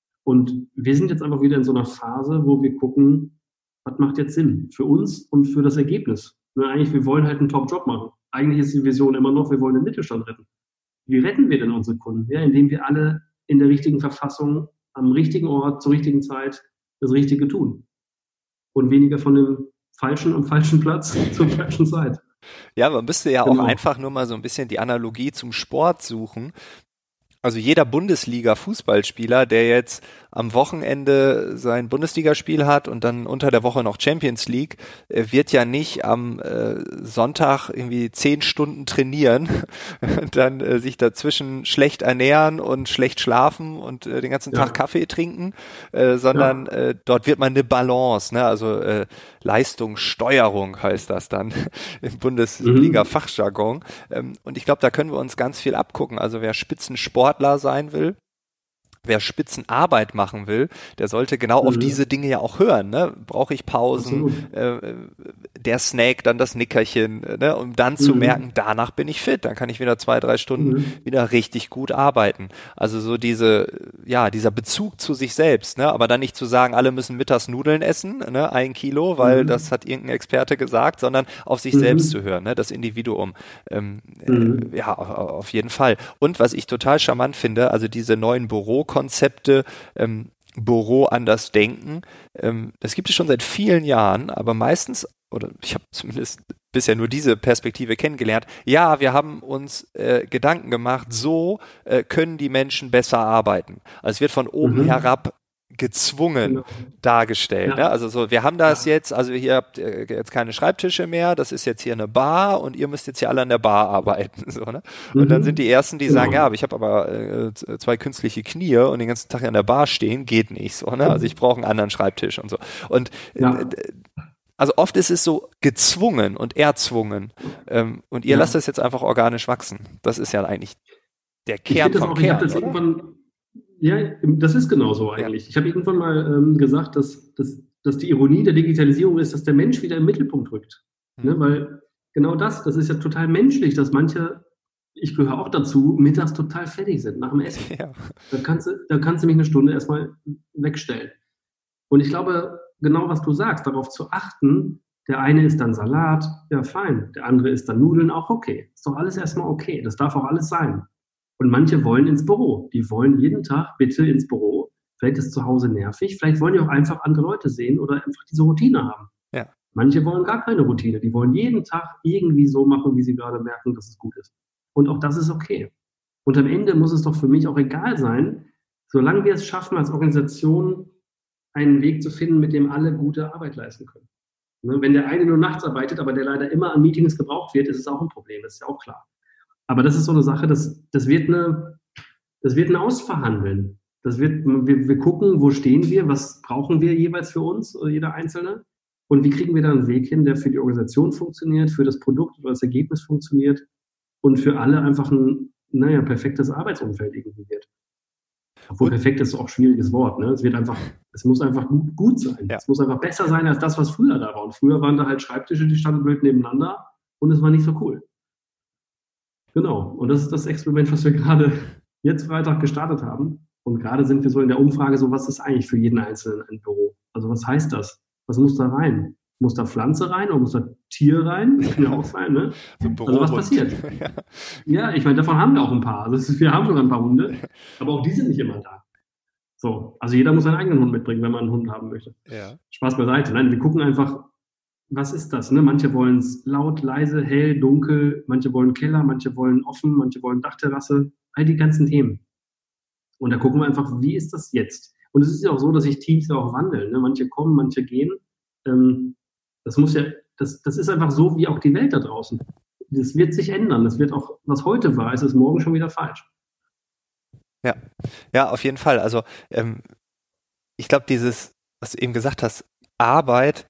Und wir sind jetzt einfach wieder in so einer Phase, wo wir gucken, was macht jetzt Sinn für uns und für das Ergebnis. Ne, eigentlich, wir wollen halt einen Top-Job machen. Eigentlich ist die Vision immer noch, wir wollen den Mittelstand retten. Wie retten wir denn unsere Kunden? Ja, indem wir alle in der richtigen Verfassung, am richtigen Ort, zur richtigen Zeit das Richtige tun. Und weniger von dem falschen am falschen Platz zur falschen Zeit. Ja, man müsste ja Genau. auch einfach nur mal so ein bisschen die Analogie zum Sport suchen. Also jeder Bundesliga-Fußballspieler, der jetzt am Wochenende sein Bundesligaspiel hat und dann unter der Woche noch Champions League, wird ja nicht am äh, Sonntag irgendwie zehn Stunden trainieren und dann äh, sich dazwischen schlecht ernähren und schlecht schlafen und äh, den ganzen Ja. Tag Kaffee trinken, äh, sondern Ja. äh, dort wird man eine Balance, ne? Also äh, Leistungssteuerung heißt das dann im Bundesliga-Fachjargon. Ähm, und ich glaube, da können wir uns ganz viel abgucken. Also wer Spitzensportler sein will, wer Spitzenarbeit machen will, der sollte genau Mhm. auf diese Dinge ja auch hören. Ne? Brauche ich Pausen, äh, der Snack, dann das Nickerchen, ne? Um dann zu Mhm. merken, danach bin ich fit. Dann kann ich wieder zwei, drei Stunden Mhm. wieder richtig gut arbeiten. Also so diese, ja, dieser Bezug zu sich selbst. Ne? Aber dann nicht zu sagen, alle müssen mittags Nudeln essen, ne? Ein Kilo, weil Mhm. das hat irgendein Experte gesagt, sondern auf sich Mhm. selbst zu hören, ne? Das Individuum. Ähm, Mhm. äh, ja, auf, auf jeden Fall. Und was ich total charmant finde, also diese neuen Büro Konzepte, ähm, Büro anders denken. Ähm, das gibt es schon seit vielen Jahren, aber meistens, oder ich habe zumindest bisher nur diese Perspektive kennengelernt, ja, wir haben uns äh, Gedanken gemacht, so äh, können die Menschen besser arbeiten. Also es wird von oben Mhm. herab gezwungen Genau. dargestellt. Ja. Ne? Also so, wir haben das Ja. jetzt, also hier habt ihr jetzt keine Schreibtische mehr, das ist jetzt hier eine Bar und ihr müsst jetzt hier alle an der Bar arbeiten. So, ne? Und dann Mhm. sind die Ersten, die Genau. sagen, ja, aber ich habe aber äh, zwei künstliche Knie und den ganzen Tag an der Bar stehen, geht nicht. So, ne? Also ich brauche einen anderen Schreibtisch und so. Und Ja. äh, also oft ist es so gezwungen und erzwungen. Ähm, und ihr Ja. lasst das jetzt einfach organisch wachsen. Das ist ja eigentlich der Ich Kern finde das vom auch, ich habe Kern, das oder? irgendwann, ja, das ist genauso eigentlich. Ich habe irgendwann mal ähm, gesagt, dass, dass, dass die Ironie der Digitalisierung ist, dass der Mensch wieder im Mittelpunkt rückt. Hm. Ne? Weil genau das, das ist ja total menschlich, dass manche, ich gehöre auch dazu, mittags total fertig sind nach dem Essen. Ja. Da kannst du, da kannst du mich eine Stunde erstmal wegstellen. Und ich glaube, genau was du sagst, darauf zu achten, der eine isst dann Salat, ja fein, der andere isst dann Nudeln, auch okay. Ist doch alles erstmal okay, das darf auch alles sein. Und manche wollen ins Büro, die wollen jeden Tag bitte ins Büro. Vielleicht ist zu Hause nervig, vielleicht wollen die auch einfach andere Leute sehen oder einfach diese Routine haben. Ja. Manche wollen gar keine Routine, die wollen jeden Tag irgendwie so machen, wie sie gerade merken, dass es gut ist. Und auch das ist okay. Und am Ende muss es doch für mich auch egal sein, solange wir es schaffen, als Organisation einen Weg zu finden, mit dem alle gute Arbeit leisten können. Ne, wenn der eine nur nachts arbeitet, aber der leider immer an Meetings gebraucht wird, ist es auch ein Problem, das ist ja auch klar. Aber das ist so eine Sache, das, das, wird, eine, das wird ein Ausverhandeln. Das wird, wir, wir gucken, wo stehen wir, was brauchen wir jeweils für uns, jeder Einzelne, und wie kriegen wir da einen Weg hin, der für die Organisation funktioniert, für das Produkt oder das Ergebnis funktioniert und für alle einfach ein, naja, perfektes Arbeitsumfeld irgendwie wird. Obwohl Und- perfekt ist auch ein schwieriges Wort. Ne? Es wird einfach, es muss einfach gut, gut sein. Ja. Es muss einfach besser sein als das, was früher da war. Und früher waren da halt Schreibtische, die standen blöd nebeneinander und es war nicht so cool. Genau. Und das ist das Experiment, was wir gerade jetzt Freitag gestartet haben. Und gerade sind wir so in der Umfrage, so was ist eigentlich für jeden Einzelnen ein Büro? Also was heißt das? Was muss da rein? Muss da Pflanze rein oder muss da Tier rein? Das kann ja auch sein, ne? So also was passiert? ja. ja, ich meine, davon haben wir auch ein paar. Also ist, wir haben sogar ein paar Hunde, aber auch die sind nicht immer da. So, also jeder muss seinen eigenen Hund mitbringen, wenn man einen Hund haben möchte. Ja. Spaß beiseite. Nein, wir gucken einfach, was ist das? Ne? Manche wollen es laut, leise, hell, dunkel, manche wollen Keller, manche wollen offen, manche wollen Dachterrasse, all die ganzen Themen. Und da gucken wir einfach, wie ist das jetzt? Und es ist ja auch so, dass sich Teams ja auch wandeln. Ne? Manche kommen, manche gehen. Ähm, das muss ja, das, das ist einfach so wie auch die Welt da draußen. Das wird sich ändern. Das wird auch, was heute war, ist es morgen schon wieder falsch. Ja, ja, auf jeden Fall. Also ähm, ich glaube, dieses, was du eben gesagt hast, Arbeit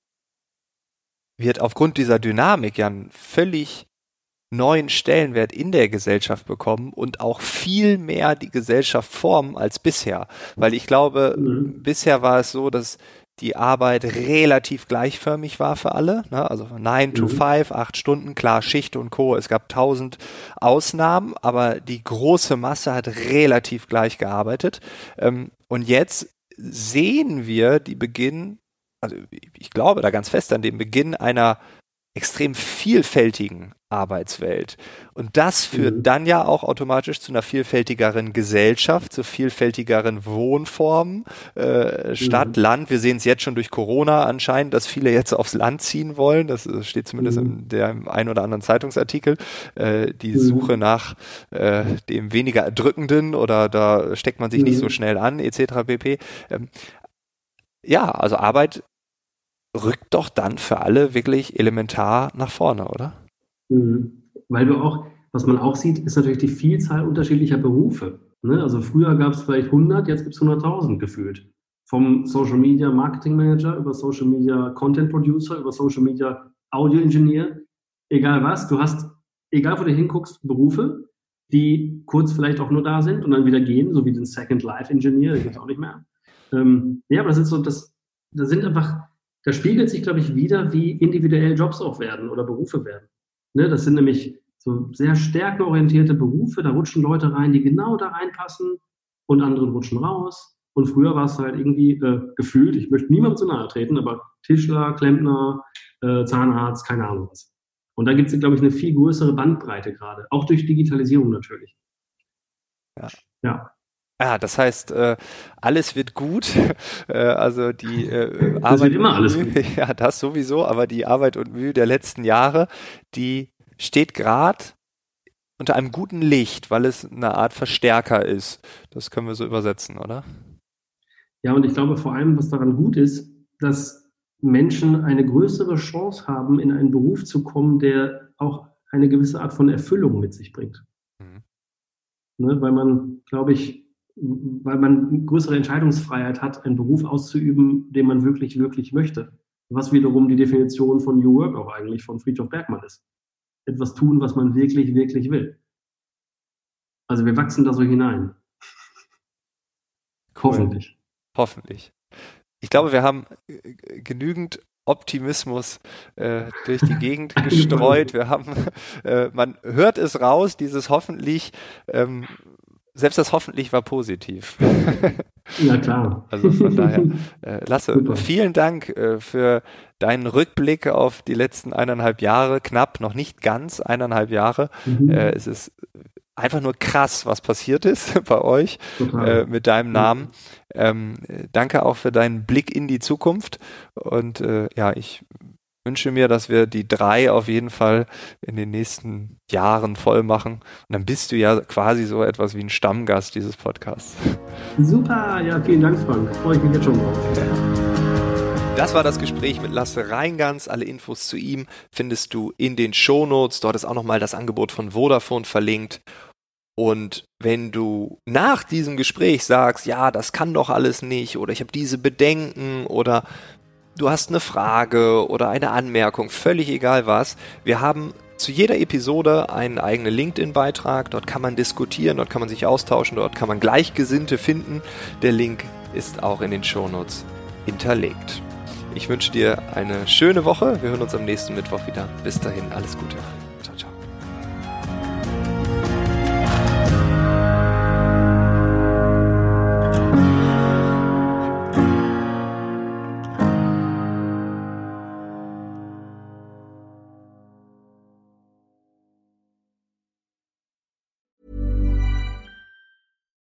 wird aufgrund dieser Dynamik ja einen völlig neuen Stellenwert in der Gesellschaft bekommen und auch viel mehr die Gesellschaft formen als bisher. Weil ich glaube, mhm. bisher war es so, dass die Arbeit relativ gleichförmig war für alle, ne? Also nine to five, acht Stunden, klar, Schicht und Co. Es gab tausend Ausnahmen, aber die große Masse hat relativ gleich gearbeitet. Ähm, und jetzt sehen wir die Beginn, also ich glaube da ganz fest an den Beginn einer extrem vielfältigen Arbeitswelt. Und das führt mhm. dann ja auch automatisch zu einer vielfältigeren Gesellschaft, zu vielfältigeren Wohnformen, äh, Stadt, mhm. Land. Wir sehen es jetzt schon durch Corona anscheinend, dass viele jetzt aufs Land ziehen wollen. Das steht zumindest mhm. in dem ein oder anderen Zeitungsartikel. Äh, die mhm. Suche nach äh, dem weniger Erdrückenden oder da steckt man sich mhm. nicht so schnell an, et cetera pp. Ähm, ja, also Arbeit rückt doch dann für alle wirklich elementar nach vorne, oder? Mhm. Weil du auch, was man auch sieht, ist natürlich die Vielzahl unterschiedlicher Berufe. Ne? Also früher gab es vielleicht hundert, jetzt gibt es hunderttausend gefühlt. Vom Social Media Marketing Manager über Social Media Content Producer, über Social Media Audio Engineer, egal was. Du hast, egal wo du hinguckst, Berufe, die kurz vielleicht auch nur da sind und dann wieder gehen, so wie den Second Life Engineer, den gibt es auch nicht mehr. Ähm, ja, aber das ist so, das, das sind einfach, da spiegelt sich, glaube ich, wieder, wie individuell Jobs auch werden oder Berufe werden. Ne, das sind nämlich so sehr stärkeorientierte Berufe, da rutschen Leute rein, die genau da reinpassen und andere rutschen raus. Und früher war es halt irgendwie äh, gefühlt, ich möchte niemandem zu nahe treten, aber Tischler, Klempner, äh, Zahnarzt, keine Ahnung was. Und da gibt es, glaube ich, eine viel größere Bandbreite gerade, auch durch Digitalisierung natürlich. Ja. Ja. Ja, das heißt, äh, alles wird gut. äh, also die äh, Arbeit. Das wird immer alles Mühe, gut. Ja, das sowieso, aber die Arbeit und Mühe der letzten Jahre, die steht gerade unter einem guten Licht, weil es eine Art Verstärker ist. Das können wir so übersetzen, oder? Ja, und ich glaube vor allem, was daran gut ist, dass Menschen eine größere Chance haben, in einen Beruf zu kommen, der auch eine gewisse Art von Erfüllung mit sich bringt. Mhm. Ne, weil man, glaube ich, weil man größere Entscheidungsfreiheit hat, einen Beruf auszuüben, den man wirklich, wirklich möchte. Was wiederum die Definition von New Work auch eigentlich von Friedhof Bergmann ist. Etwas tun, was man wirklich, wirklich will. Also wir wachsen da so hinein. Cool. Hoffentlich. Hoffentlich. Ich glaube, wir haben genügend Optimismus äh, durch die Gegend gestreut. Wir haben, äh, man hört es raus, dieses hoffentlich, ähm, selbst das hoffentlich war positiv. Ja, klar. Also von daher, äh, Lasse, super. Vielen Dank äh, für deinen Rückblick auf die letzten eineinhalb Jahre, knapp, noch nicht ganz eineinhalb Jahre. Mhm. Äh, es ist einfach nur krass, was passiert ist bei euch äh, mit deinem Namen. Ähm, danke auch für deinen Blick in die Zukunft und äh, ja, ich wünsche mir, dass wir die drei auf jeden Fall in den nächsten Jahren voll machen. Und dann bist du ja quasi so etwas wie ein Stammgast dieses Podcasts. Super, ja, vielen Dank, Frank. Freue ich mich jetzt schon drauf. Ja. Das war das Gespräch mit Lasse Reingans. Alle Infos zu ihm findest du in den Shownotes. Dort ist auch nochmal das Angebot von Vodafone verlinkt. Und wenn du nach diesem Gespräch sagst, ja, das kann doch alles nicht oder ich habe diese Bedenken oder du hast eine Frage oder eine Anmerkung, völlig egal was. Wir haben zu jeder Episode einen eigenen LinkedIn-Beitrag. Dort kann man diskutieren, dort kann man sich austauschen, dort kann man Gleichgesinnte finden. Der Link ist auch in den Shownotes hinterlegt. Ich wünsche dir eine schöne Woche. Wir hören uns am nächsten Mittwoch wieder. Bis dahin, alles Gute.